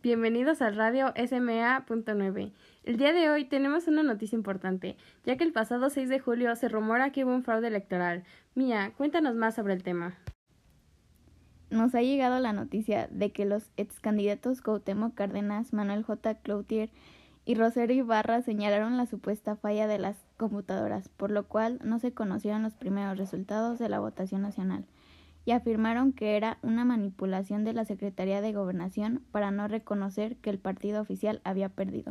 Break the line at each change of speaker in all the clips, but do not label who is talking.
Bienvenidos al radio SMA.9. El día de hoy tenemos una noticia importante, ya que el pasado 6 de julio se rumora que hubo un fraude electoral. Mía, cuéntanos más sobre el tema.
Nos ha llegado la noticia de que los excandidatos Cuauhtémoc Cárdenas, Manuel J. Cloutier y Rosario Ibarra señalaron la supuesta falla de las computadoras, por lo cual no se conocieron los primeros resultados de la votación nacional, y afirmaron que era una manipulación de la Secretaría de Gobernación para no reconocer que el partido oficial había perdido.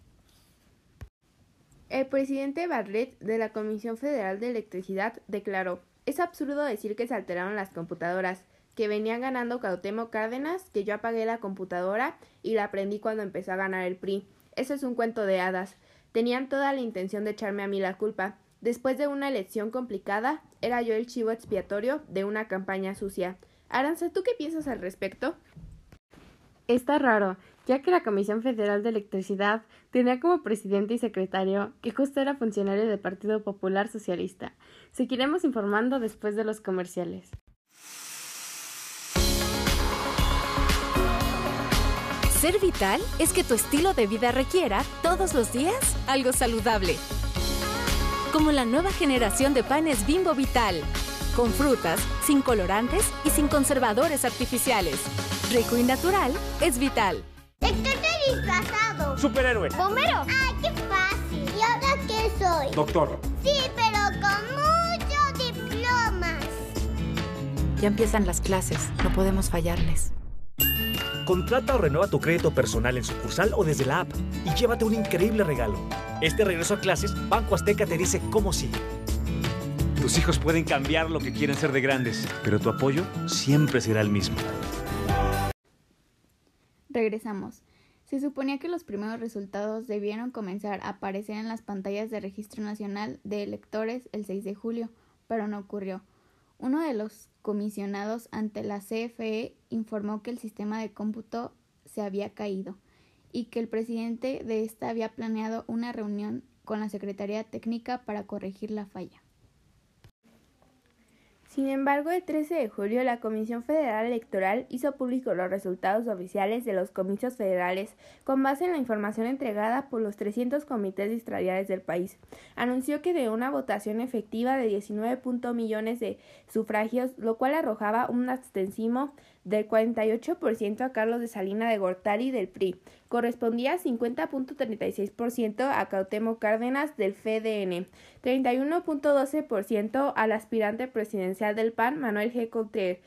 El presidente Bartlett de la Comisión Federal de Electricidad declaró: "Es absurdo decir que se alteraron las computadoras, que venían ganando Cuauhtémoc Cárdenas, que yo apagué la computadora y la prendí cuando empezó a ganar el PRI. Eso es un cuento de hadas. Tenían toda la intención de echarme a mí la culpa. Después de una elección complicada, era yo el chivo expiatorio de una campaña sucia". Aranza, ¿tú qué piensas al respecto? Está raro, ya que la Comisión Federal de Electricidad tenía como presidente y secretario que justo era funcionario del Partido Popular Socialista. Seguiremos informando después de los comerciales.
Ser vital es que tu estilo de vida requiera, todos los días, algo saludable. Como la nueva generación de panes Bimbo Vital, con frutas, sin colorantes y sin conservadores artificiales. Rico y natural es vital.
Estoy disfrazado.
¡Superhéroe!
¡Bombero! ¡Ay, qué fácil! ¿Y ahora qué soy?
Doctor.
Sí, pero con muchos diplomas.
Ya empiezan las clases, no podemos fallarles.
Contrata o renueva tu crédito personal en sucursal o desde la app y llévate un increíble regalo. Este regreso a clases, Banco Azteca te dice cómo sigue. Tus hijos pueden cambiar lo que quieren ser de grandes, pero tu apoyo siempre será el mismo.
Regresamos. Se suponía que los primeros resultados debieron comenzar a aparecer en las pantallas de Registro Nacional de Electores el 6 de julio, pero no ocurrió. Uno de los comisionados ante la CFE informó que el sistema de cómputo se había caído y que el presidente de esta había planeado una reunión con la Secretaría Técnica para corregir la falla.
Sin embargo, el 13 de julio la Comisión Federal Electoral hizo públicos los resultados oficiales de los comicios federales con base en la información entregada por los 300 comités distritales del país. Anunció que de una votación efectiva de 19 millones de sufragios, lo cual arrojaba un abstencionismo del 48% a Carlos de Salinas de Gortari del PRI, correspondía a 50.36% a Cuauhtémoc Cárdenas del FDN, 31.12% al aspirante presidencial del PAN, Manuel G. Cloutier,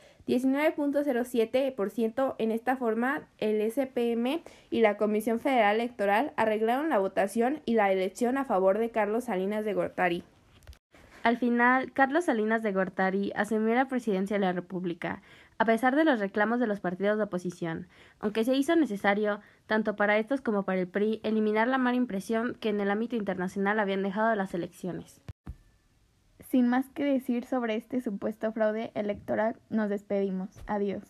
19.07%. En esta forma, el SPM y la Comisión Federal Electoral arreglaron la votación y la elección a favor de Carlos Salinas de Gortari. Al final, Carlos Salinas de Gortari asumió la presidencia de la República, a pesar de los reclamos de los partidos de oposición, aunque se hizo necesario, tanto para estos como para el PRI, eliminar la mala impresión que en el ámbito internacional habían dejado de las elecciones.
Sin más que decir sobre este supuesto fraude electoral, nos despedimos. Adiós.